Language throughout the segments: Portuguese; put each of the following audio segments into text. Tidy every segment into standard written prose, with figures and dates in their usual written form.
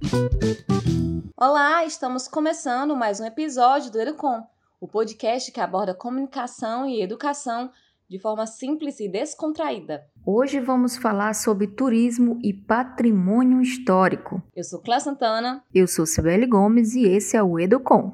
Olá, estamos começando mais um episódio do Educom, o podcast que aborda comunicação e educação de forma simples e descontraída. Hoje vamos falar sobre turismo e patrimônio histórico. Eu sou Cléa Santana. Eu sou Cibele Gomes e esse é o Educom.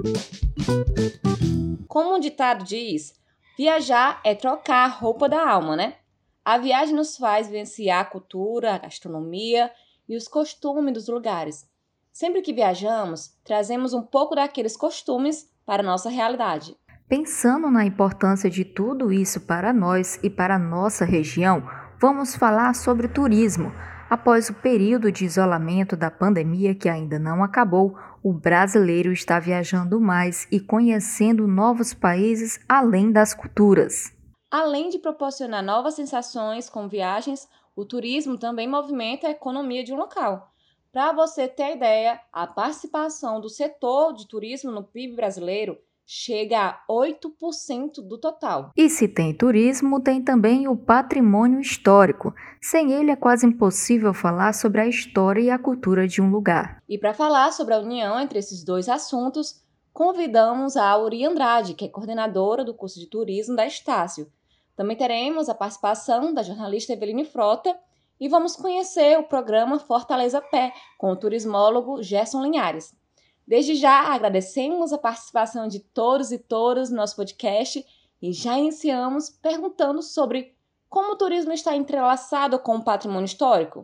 Como um ditado diz, viajar é trocar a roupa da alma, né? A viagem nos faz vivenciar a cultura, a gastronomia e os costumes dos lugares. Sempre que viajamos, trazemos um pouco daqueles costumes para a nossa realidade. Pensando na importância de tudo isso para nós e para a nossa região, vamos falar sobre turismo. Após o período de isolamento da pandemia que ainda não acabou, o brasileiro está viajando mais e conhecendo novos países além das culturas. Além de proporcionar novas sensações com viagens, o turismo também movimenta a economia de um local. Para você ter ideia, a participação do setor de turismo no PIB brasileiro chega a 8% do total. E se tem turismo, tem também o patrimônio histórico. Sem ele é quase impossível falar sobre a história e a cultura de um lugar. E para falar sobre a união entre esses dois assuntos, convidamos a Auri Andrade, que é coordenadora do curso de turismo da Estácio. Também teremos a participação da jornalista Eveline Frota e vamos conhecer o programa Fortaleza Pé, com o turismólogo Gerson Linhares. Desde já, agradecemos a participação de todos e todas no nosso podcast e já iniciamos perguntando sobre como o turismo está entrelaçado com o patrimônio histórico.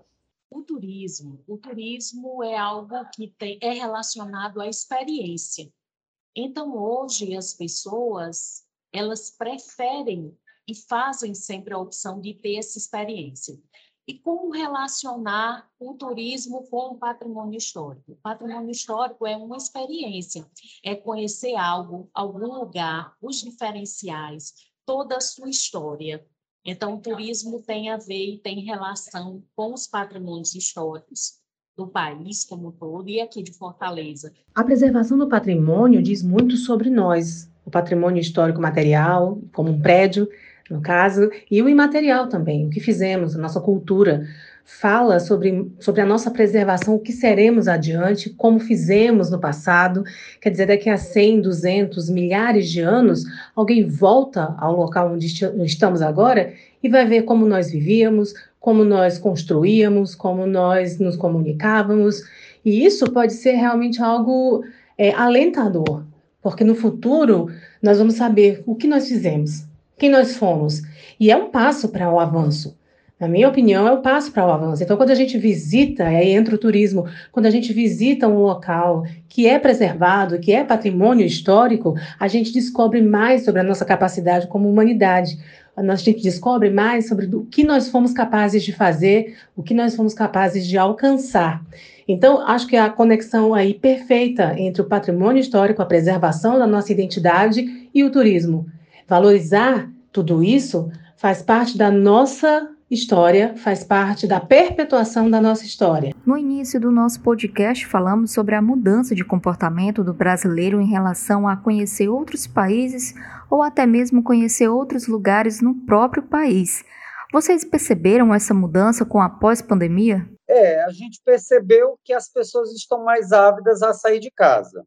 O turismo é algo que é relacionado à experiência. Então, hoje, as pessoas, elas preferem e fazem sempre a opção de ter essa experiência. E como relacionar o turismo com o patrimônio histórico? O patrimônio histórico é uma experiência, é conhecer algo, algum lugar, os diferenciais, toda a sua história. Então, o turismo tem a ver e tem relação com os patrimônios históricos do país como um todo e aqui de Fortaleza. A preservação do patrimônio diz muito sobre nós, o patrimônio histórico material, como um prédio, no caso, e o imaterial também, o que fizemos, a nossa cultura. Fala sobre a nossa preservação, o que seremos adiante, como fizemos no passado. Quer dizer, daqui a 100, 200, milhares de anos, alguém volta ao local onde estamos agora e vai ver como nós vivíamos, como nós construíamos, como nós nos comunicávamos. E isso pode ser realmente algo alentador, porque no futuro nós vamos saber o que nós fizemos, quem nós fomos. E é um passo para o avanço. Na minha opinião, é um passo para o avanço. Então, quando a gente visita, aí entra o turismo, quando a gente visita um local que é preservado, que é patrimônio histórico, a gente descobre mais sobre a nossa capacidade como humanidade. A gente descobre mais sobre o que nós fomos capazes de fazer, o que nós fomos capazes de alcançar. Então, acho que a conexão aí perfeita entre o patrimônio histórico, a preservação da nossa identidade e o turismo. Valorizar tudo isso faz parte da nossa história, faz parte da perpetuação da nossa história. No início do nosso podcast, falamos sobre a mudança de comportamento do brasileiro em relação a conhecer outros países ou até mesmo conhecer outros lugares no próprio país. Vocês perceberam essa mudança com a pós-pandemia? A gente percebeu que as pessoas estão mais ávidas a sair de casa,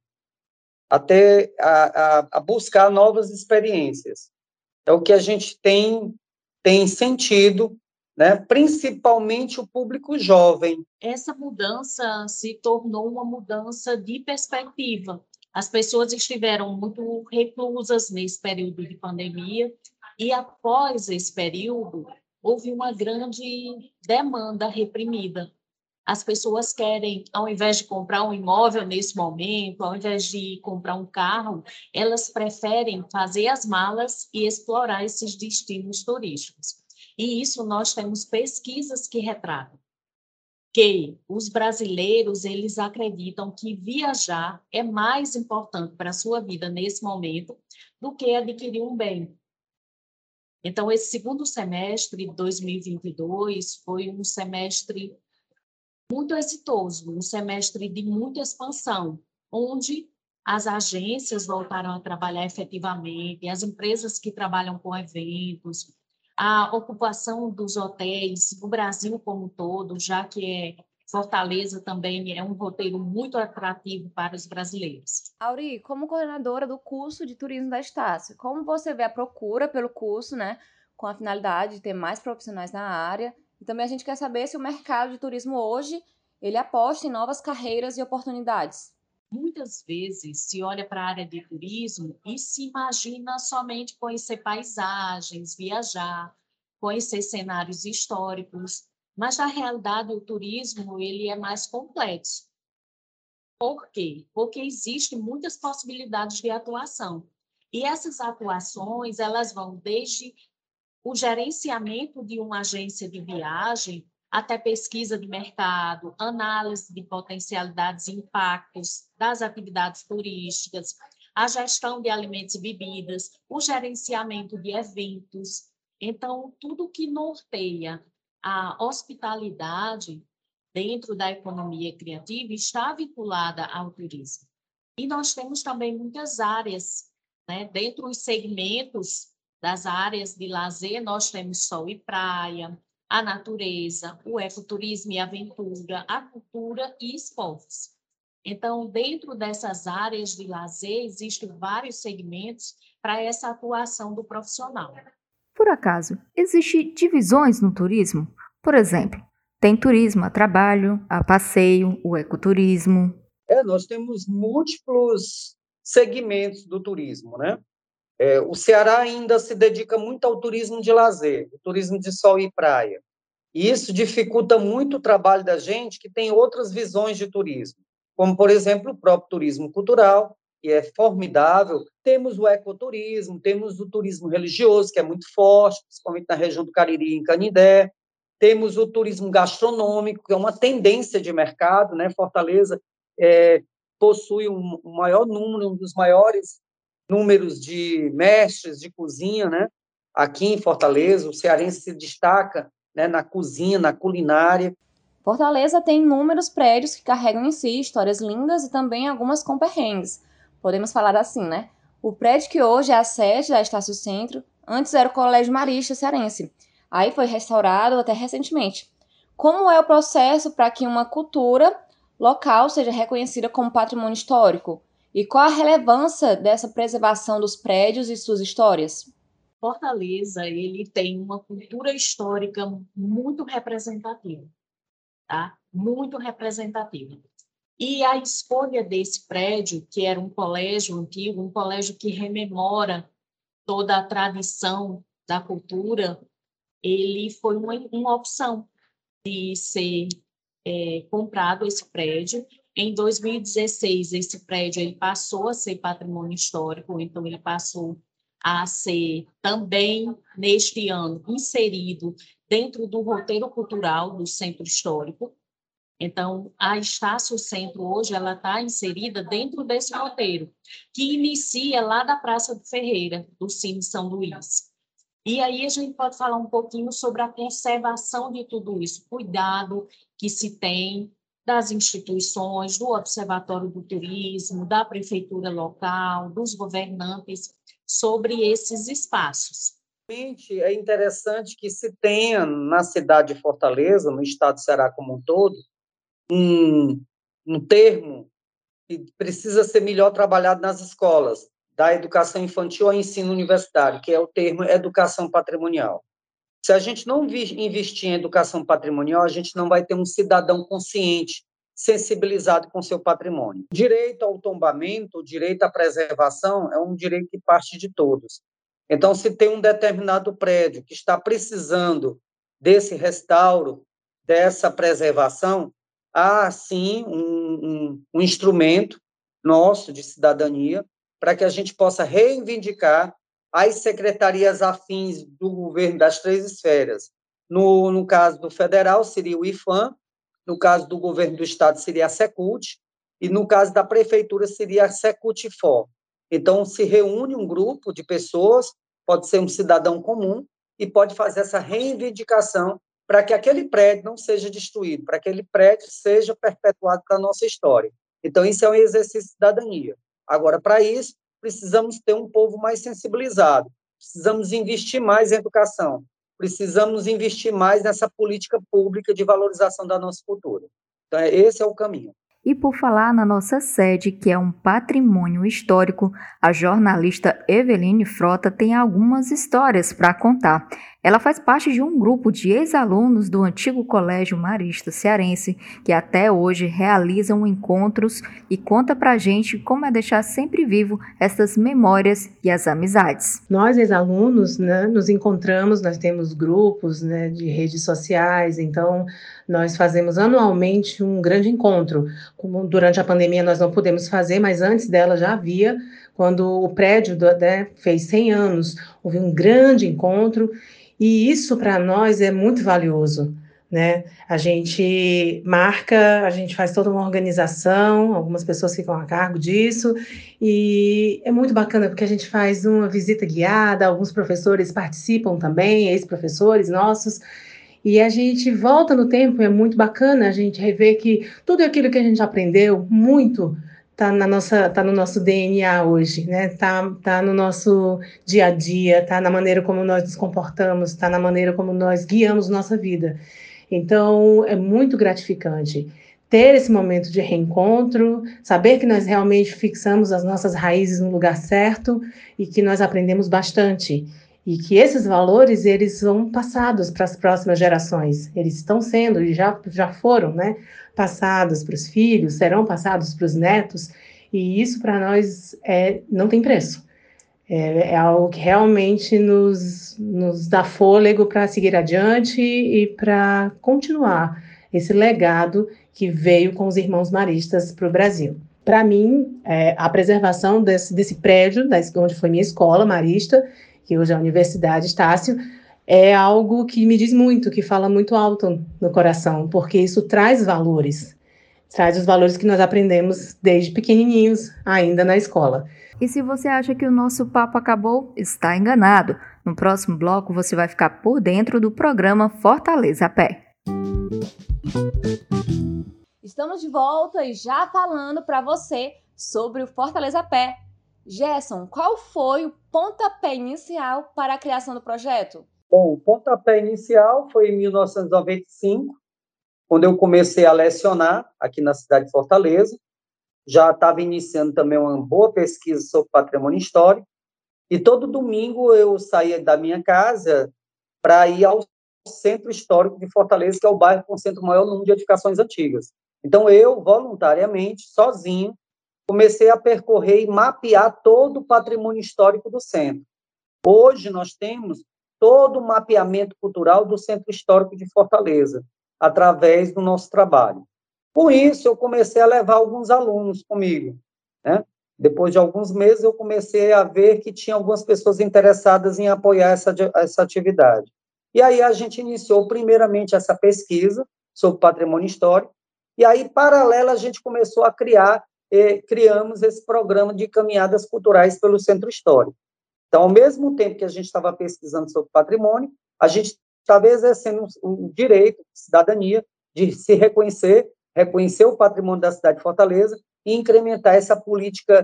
até a buscar novas experiências. É o que a gente tem sentido, né? Principalmente o público jovem. Essa mudança se tornou uma mudança de perspectiva. As pessoas estiveram muito reclusas nesse período de pandemia e, após esse período, houve uma grande demanda reprimida. As pessoas querem, ao invés de comprar um imóvel nesse momento, ao invés de comprar um carro, elas preferem fazer as malas e explorar esses destinos turísticos. E isso nós temos pesquisas que retratam que os brasileiros, eles acreditam que viajar é mais importante para a sua vida nesse momento do que adquirir um bem. Então, esse segundo semestre de 2022 foi um semestre muito exitoso, um semestre de muita expansão, onde as agências voltaram a trabalhar efetivamente, as empresas que trabalham com eventos, a ocupação dos hotéis no Brasil como um todo, já que Fortaleza também é um roteiro muito atrativo para os brasileiros. Auri, como coordenadora do curso de turismo da Estácio, como você vê a procura pelo curso, né, com a finalidade de ter mais profissionais na área? E também a gente quer saber se o mercado de turismo hoje, ele aposta em novas carreiras e oportunidades. Muitas vezes se olha para a área de turismo e se imagina somente conhecer paisagens, viajar, conhecer cenários históricos, mas na realidade o turismo ele é mais complexo. Por quê? Porque existem muitas possibilidades de atuação. E essas atuações, elas vão desde o gerenciamento de uma agência de viagem até pesquisa de mercado, análise de potencialidades e impactos das atividades turísticas, a gestão de alimentos e bebidas, o gerenciamento de eventos. Então, tudo que norteia a hospitalidade dentro da economia criativa está vinculada ao turismo. E nós temos também muitas áreas, né? Dentro dos segmentos das áreas de lazer, nós temos sol e praia, a natureza, o ecoturismo e aventura, a cultura e esportes. Então, dentro dessas áreas de lazer, existem vários segmentos para essa atuação do profissional. Por acaso, existem divisões no turismo? Por exemplo, tem turismo a trabalho, a passeio, o ecoturismo. Nós temos múltiplos segmentos do turismo, né? O Ceará ainda se dedica muito ao turismo de lazer, o turismo de sol e praia. E isso dificulta muito o trabalho da gente que tem outras visões de turismo, como, por exemplo, o próprio turismo cultural, que é formidável. Temos o ecoturismo, temos o turismo religioso, que é muito forte, principalmente na região do Cariri e em Canindé. Temos o turismo gastronômico, que é uma tendência de mercado, né? Fortaleza possui um maior número, um dos maiores números de mestres de cozinha, né? Aqui em Fortaleza, o cearense se destaca, né, na cozinha, na culinária. Fortaleza tem inúmeros prédios que carregam em si histórias lindas e também algumas com perrengues. Podemos falar assim, né? O prédio que hoje é a sede da Estácio Centro, antes era o Colégio Marista Cearense. Aí foi restaurado até recentemente. Como é o processo para que uma cultura local seja reconhecida como patrimônio histórico? E qual a relevância dessa preservação dos prédios e suas histórias? Fortaleza, ele tem uma cultura histórica muito representativa, tá? Muito representativa. E a escolha desse prédio, que era um colégio antigo, um colégio que rememora toda a tradição da cultura, ele foi uma opção de ser comprado esse prédio. Em 2016, esse prédio ele passou a ser patrimônio histórico, então ele passou a ser também, neste ano, inserido dentro do roteiro cultural do Centro Histórico. Então, a Estácio Centro hoje ela está inserida dentro desse roteiro, que inicia lá da Praça do Ferreira, do Cine São Luís. E aí a gente pode falar um pouquinho sobre a conservação de tudo isso, cuidado que se tem das instituições, do Observatório do Turismo, da prefeitura local, dos governantes, sobre esses espaços. É interessante que se tenha na cidade de Fortaleza, no estado do Ceará como um todo, um termo que precisa ser melhor trabalhado nas escolas, da educação infantil ao ensino universitário, que é o termo educação patrimonial. Se a gente não investir em educação patrimonial, a gente não vai ter um cidadão consciente, sensibilizado com seu patrimônio. O direito ao tombamento, o direito à preservação, é um direito que parte de todos. Então, se tem um determinado prédio que está precisando desse restauro, dessa preservação, há, sim, um instrumento nosso de cidadania para que a gente possa reivindicar as secretarias afins do governo das três esferas. No caso do federal, seria o IFAM, no caso do governo do estado, seria a Secult, e no caso da prefeitura, seria a Secult-For. Então, se reúne um grupo de pessoas, pode ser um cidadão comum, e pode fazer essa reivindicação para que aquele prédio não seja destruído, para que aquele prédio seja perpetuado para a nossa história. Então, isso é um exercício de cidadania. Agora, para isso, precisamos ter um povo mais sensibilizado, precisamos investir mais em educação, precisamos investir mais nessa política pública de valorização da nossa cultura. Então, esse é o caminho. E por falar na nossa sede, que é um patrimônio histórico, a jornalista Eveline Frota tem algumas histórias para contar. Ela faz parte de um grupo de ex-alunos do antigo Colégio Marista Cearense, que até hoje realizam encontros e conta pra gente como é deixar sempre vivo essas memórias e as amizades. Nós, ex-alunos, né, nos encontramos, nós temos grupos, né, de redes sociais, então nós fazemos anualmente um grande encontro. Como durante a pandemia nós não pudemos fazer, mas antes dela já havia, quando o prédio fez 100 anos, houve um grande encontro, e isso para nós é muito valioso, né? A gente marca, a gente faz toda uma organização, algumas pessoas ficam a cargo disso, e é muito bacana porque a gente faz uma visita guiada, alguns professores participam também, ex-professores nossos, e a gente volta no tempo, é muito bacana a gente rever que tudo aquilo que a gente aprendeu, muito, tá no nosso DNA hoje, né? Tá no nosso dia a dia, tá na maneira como nós nos comportamos, tá na maneira como nós guiamos nossa vida. Então, é muito gratificante ter esse momento de reencontro, saber que nós realmente fixamos as nossas raízes no lugar certo e que nós aprendemos bastante. E que esses valores, eles são passados para as próximas gerações. Eles estão sendo, e já foram, né, passados para os filhos, serão passados para os netos, e isso para nós não tem preço. É algo que realmente nos dá fôlego para seguir adiante e para continuar esse legado que veio com os irmãos maristas para o Brasil. Para mim, a preservação desse prédio, onde foi minha escola marista, que hoje é a Universidade Estácio, é algo que me diz muito, que fala muito alto no coração, porque isso traz os valores que nós aprendemos desde pequenininhos, ainda na escola. E se você acha que o nosso papo acabou, está enganado. No próximo bloco você vai ficar por dentro do programa Fortaleza a Pé. Estamos de volta e já falando para você sobre o Fortaleza a Pé. Gerson, qual foi o pontapé inicial para a criação do projeto? Bom, o pontapé inicial foi em 1995, quando eu comecei a lecionar aqui na cidade de Fortaleza. Já estava iniciando também uma boa pesquisa sobre patrimônio histórico, e todo domingo eu saía da minha casa para ir ao Centro Histórico de Fortaleza, que é o bairro com o centro maior número de edificações antigas. Então, eu, voluntariamente, sozinho, comecei a percorrer e mapear todo o patrimônio histórico do centro. Hoje, nós temos todo o mapeamento cultural do Centro Histórico de Fortaleza, através do nosso trabalho. Com isso, eu comecei a levar alguns alunos comigo, né? Depois de alguns meses, eu comecei a ver que tinha algumas pessoas interessadas em apoiar essa atividade. E aí, a gente iniciou, primeiramente, essa pesquisa sobre patrimônio histórico, e aí, paralela, a gente começou a criamos esse programa de caminhadas culturais pelo Centro Histórico. Então, ao mesmo tempo que a gente estava pesquisando sobre patrimônio, a gente estava exercendo um direito de cidadania de se reconhecer o patrimônio da cidade de Fortaleza e incrementar essa política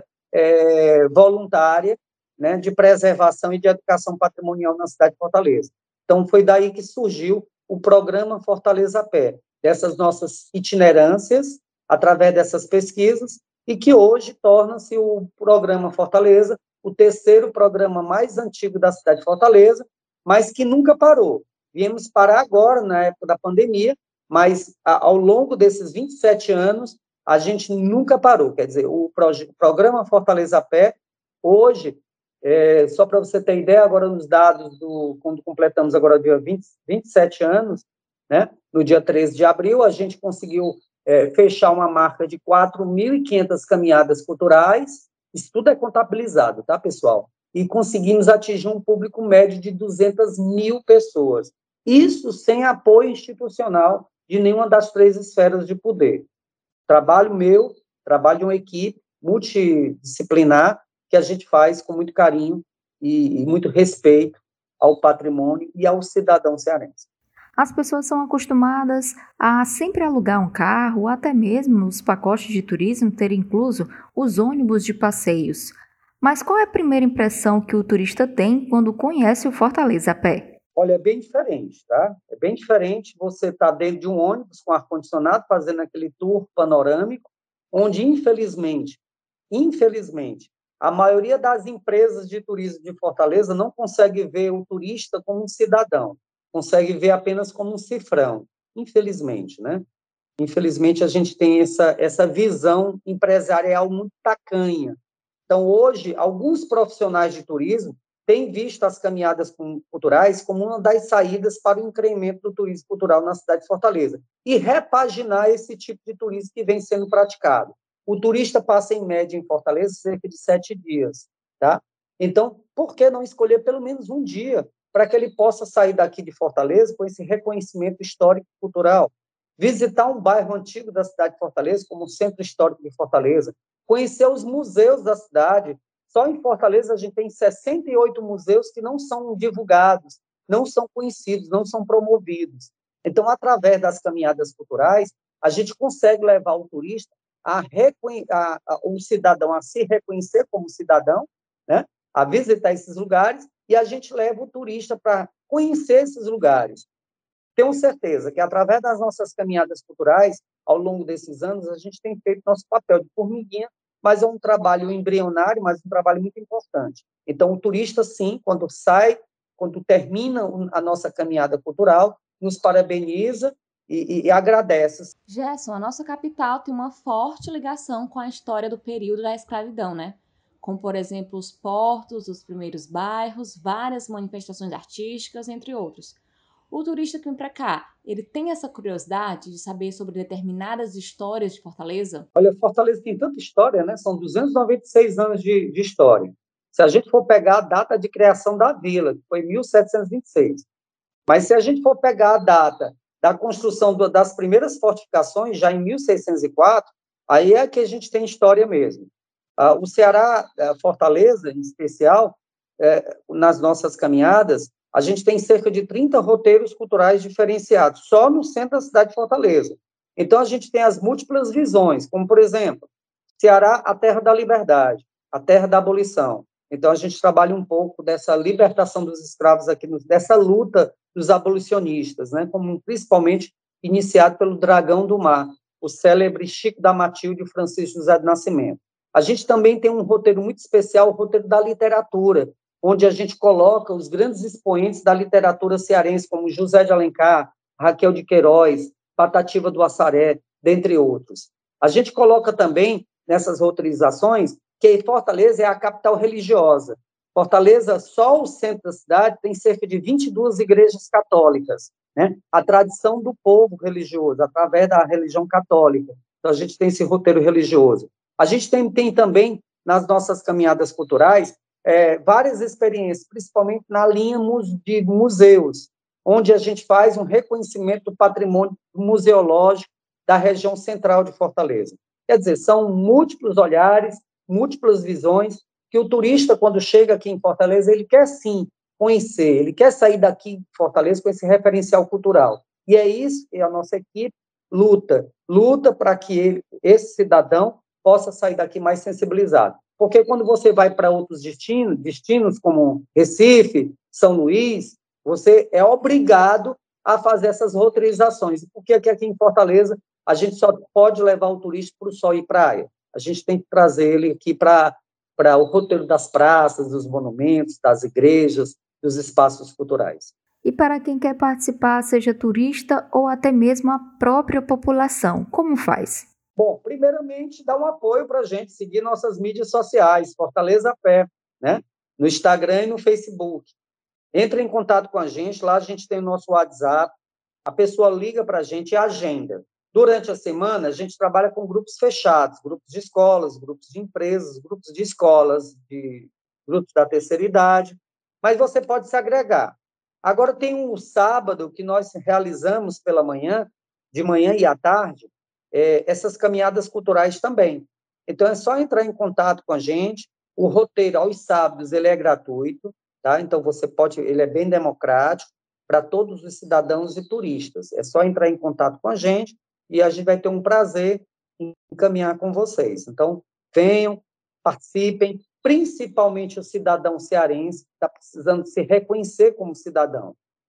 voluntária, né, de preservação e de educação patrimonial na cidade de Fortaleza. Então, foi daí que surgiu o programa Fortaleza a Pé, dessas nossas itinerâncias, através dessas pesquisas, e que hoje torna-se o programa Fortaleza o terceiro programa mais antigo da cidade de Fortaleza, mas que nunca parou. Viemos parar agora, na época da pandemia, mas ao longo desses 27 anos, a gente nunca parou. Quer dizer, o programa Fortaleza a Pé, hoje, só para você ter ideia, agora nos dados, quando completamos agora o dia 27 anos, né, no dia 13 de abril, a gente conseguiu fechar uma marca de 4.500 caminhadas culturais. Isso tudo é contabilizado, tá, pessoal? E conseguimos atingir um público médio de 200.000 pessoas. Isso sem apoio institucional de nenhuma das três esferas de poder. Trabalho meu, trabalho de uma equipe multidisciplinar que a gente faz com muito carinho e muito respeito ao patrimônio e ao cidadão cearense. As pessoas são acostumadas a sempre alugar um carro, ou até mesmo nos pacotes de turismo ter incluso os ônibus de passeios. Mas qual é a primeira impressão que o turista tem quando conhece o Fortaleza a Pé? Olha, é bem diferente, tá? É bem diferente você estar dentro de um ônibus com ar-condicionado, fazendo aquele tour panorâmico, onde, infelizmente, a maioria das empresas de turismo de Fortaleza não consegue ver o turista como um cidadão, consegue ver apenas como um cifrão, infelizmente, né? Infelizmente, a gente tem essa visão empresarial muito tacanha. Então, hoje, alguns profissionais de turismo têm visto as caminhadas culturais como uma das saídas para o incremento do turismo cultural na cidade de Fortaleza e repaginar esse tipo de turismo que vem sendo praticado. O turista passa, em média, em Fortaleza, cerca de 7 dias. Tá? Então, por que não escolher pelo menos um dia para que ele possa sair daqui de Fortaleza com esse reconhecimento histórico e cultural? Visitar um bairro antigo da cidade de Fortaleza, como o Centro Histórico de Fortaleza, conhecer os museus da cidade. Só em Fortaleza a gente tem 68 museus que não são divulgados, não são conhecidos, não são promovidos. Então, através das caminhadas culturais, a gente consegue levar o turista o cidadão a se reconhecer como cidadão, né? A visitar esses lugares, e a gente leva o turista para conhecer esses lugares. Tenho certeza que, através das nossas caminhadas culturais, ao longo desses anos, a gente tem feito nosso papel de formiguinha, mas é um trabalho embrionário, mas um trabalho muito importante. Então, o turista, sim, quando sai, quando termina a nossa caminhada cultural, nos parabeniza e agradece. Gerson, a nossa capital tem uma forte ligação com a história do período da escravidão, né? Como, por exemplo, os portos, os primeiros bairros, várias manifestações artísticas, entre outros. O turista que vem para cá, ele tem essa curiosidade de saber sobre determinadas histórias de Fortaleza? Olha, Fortaleza tem tanta história, né? São 296 anos de história. Se a gente for pegar a data de criação da vila, que foi 1726, mas se a gente for pegar a data da construção das primeiras fortificações, já em 1604, aí é que a gente tem história mesmo. O Ceará, Fortaleza, em especial, nas nossas caminhadas, a gente tem cerca de 30 roteiros culturais diferenciados, só no centro da cidade de Fortaleza. Então, a gente tem as múltiplas visões, como, por exemplo, Ceará, a terra da liberdade, a terra da abolição. Então, a gente trabalha um pouco dessa libertação dos escravos aqui, dessa luta dos abolicionistas, né? Como principalmente iniciado pelo Dragão do Mar, o célebre Chico da Matilde e Francisco José do Nascimento. A gente também tem um roteiro muito especial, o roteiro da literatura, onde a gente coloca os grandes expoentes da literatura cearense, como José de Alencar, Raquel de Queiroz, Patativa do Assaré, dentre outros. A gente coloca também, nessas roteirizações, que Fortaleza é a capital religiosa. Fortaleza, só o centro da cidade, tem cerca de 22 igrejas católicas, né? A tradição do povo religioso, através da religião católica. Então, a gente tem esse roteiro religioso. A gente tem também, nas nossas caminhadas culturais, várias experiências, principalmente na linha de museus, onde a gente faz um reconhecimento do patrimônio museológico da região central de Fortaleza. Quer dizer, são múltiplos olhares, múltiplas visões, que o turista, quando chega aqui em Fortaleza, ele quer sim conhecer, ele quer sair daqui de Fortaleza com esse referencial cultural. E é isso que a nossa equipe luta para que esse cidadão possa sair daqui mais sensibilizado. Porque quando você vai para outros destinos como Recife, São Luís, você é obrigado a fazer essas roteirizações. Porque aqui em Fortaleza, a gente só pode levar o turista para o sol e praia. A gente tem que trazer ele aqui para o roteiro das praças, dos monumentos, das igrejas, dos espaços culturais. E para quem quer participar, seja turista ou até mesmo a própria população, como faz? Bom, primeiramente, dá um apoio para a gente seguir nossas mídias sociais, Fortaleza a Pé, né? No Instagram e no Facebook. Entre em contato com a gente, lá a gente tem o nosso WhatsApp, a pessoa liga para a gente e agenda. Durante a semana, a gente trabalha com grupos fechados, grupos de escolas, grupos de empresas, grupos de escolas, grupos da terceira idade, mas você pode se agregar. Agora, tem um sábado que nós realizamos pela manhã, de manhã e à tarde, essas caminhadas culturais também. Então, é só entrar em contato com a gente. O roteiro, aos sábados, ele é gratuito, tá? Então, ele é bem democrático para todos os cidadãos e turistas. É só entrar em contato com a gente e a gente vai ter um prazer em caminhar com vocês. Então, venham, participem, principalmente o cidadão cearense que está precisando se reconhecer como cidadão.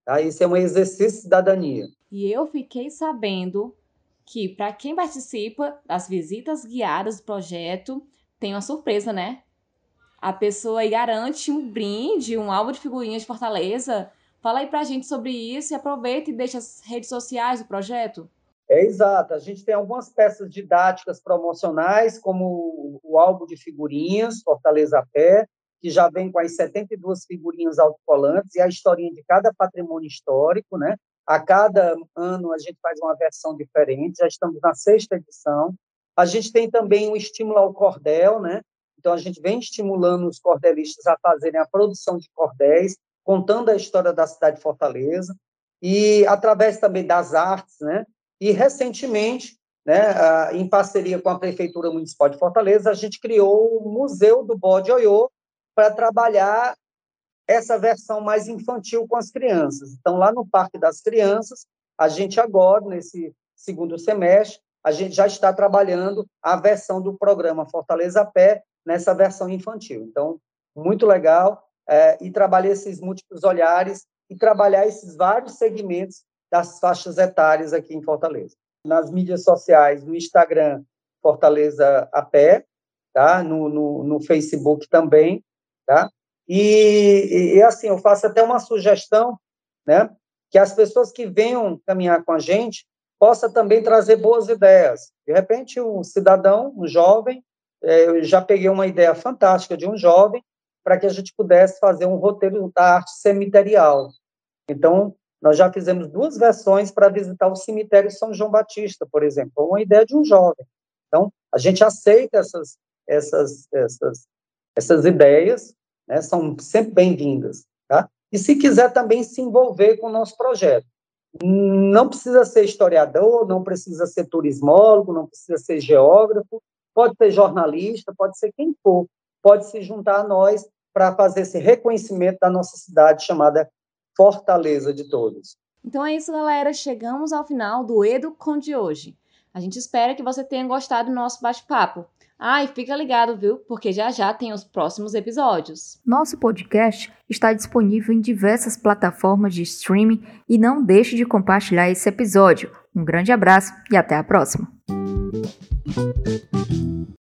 Tá? Isso é um exercício de cidadania. E eu fiquei sabendo que, para quem participa das visitas guiadas do projeto, tem uma surpresa, né? A pessoa aí garante um brinde, um álbum de figurinhas de Fortaleza. Fala aí pra gente sobre isso e aproveita e deixa as redes sociais do projeto. É exato. A gente tem algumas peças didáticas promocionais, como o álbum de figurinhas, Fortaleza a Pé, que já vem com as 72 figurinhas autocolantes e a historinha de cada patrimônio histórico, né? A cada ano a gente faz uma versão diferente, já estamos na 6ª edição. A gente tem também o estímulo ao cordel, né? Então, a gente vem estimulando os cordelistas a fazerem a produção de cordéis, contando a história da cidade de Fortaleza, e através também das artes, né? E, recentemente, né, em parceria com a Prefeitura Municipal de Fortaleza, a gente criou o Museu do Bode Oiô para trabalhar essa versão mais infantil com as crianças. Então, lá no Parque das Crianças, a gente agora, nesse 2º semestre, a gente já está trabalhando a versão do programa Fortaleza a Pé nessa versão infantil. Então, muito legal, e trabalhar esses múltiplos olhares e trabalhar esses vários segmentos das faixas etárias aqui em Fortaleza. Nas mídias sociais, no Instagram, Fortaleza a Pé, tá? No Facebook também, tá? E assim, eu faço até uma sugestão, né? Que as pessoas que venham caminhar com a gente possam também trazer boas ideias. De repente, um cidadão, um jovem, eu já peguei uma ideia fantástica de um jovem para que a gente pudesse fazer um roteiro da arte cemiterial. Então, nós já fizemos 2 versões para visitar o cemitério São João Batista, por exemplo, uma ideia de um jovem. Então, a gente aceita essas ideias, né, são sempre bem-vindas, tá? E se quiser também se envolver com o nosso projeto, não precisa ser historiador, não precisa ser turismólogo, não precisa ser geógrafo, pode ser jornalista, pode ser quem for, pode se juntar a nós para fazer esse reconhecimento da nossa cidade chamada Fortaleza de Todos. Então é isso, galera. Chegamos ao final do EduCon de hoje. A gente espera que você tenha gostado do nosso bate-papo. E fica ligado, viu? Porque já já tem os próximos episódios. Nosso podcast está disponível em diversas plataformas de streaming e não deixe de compartilhar esse episódio. Um grande abraço e até a próxima!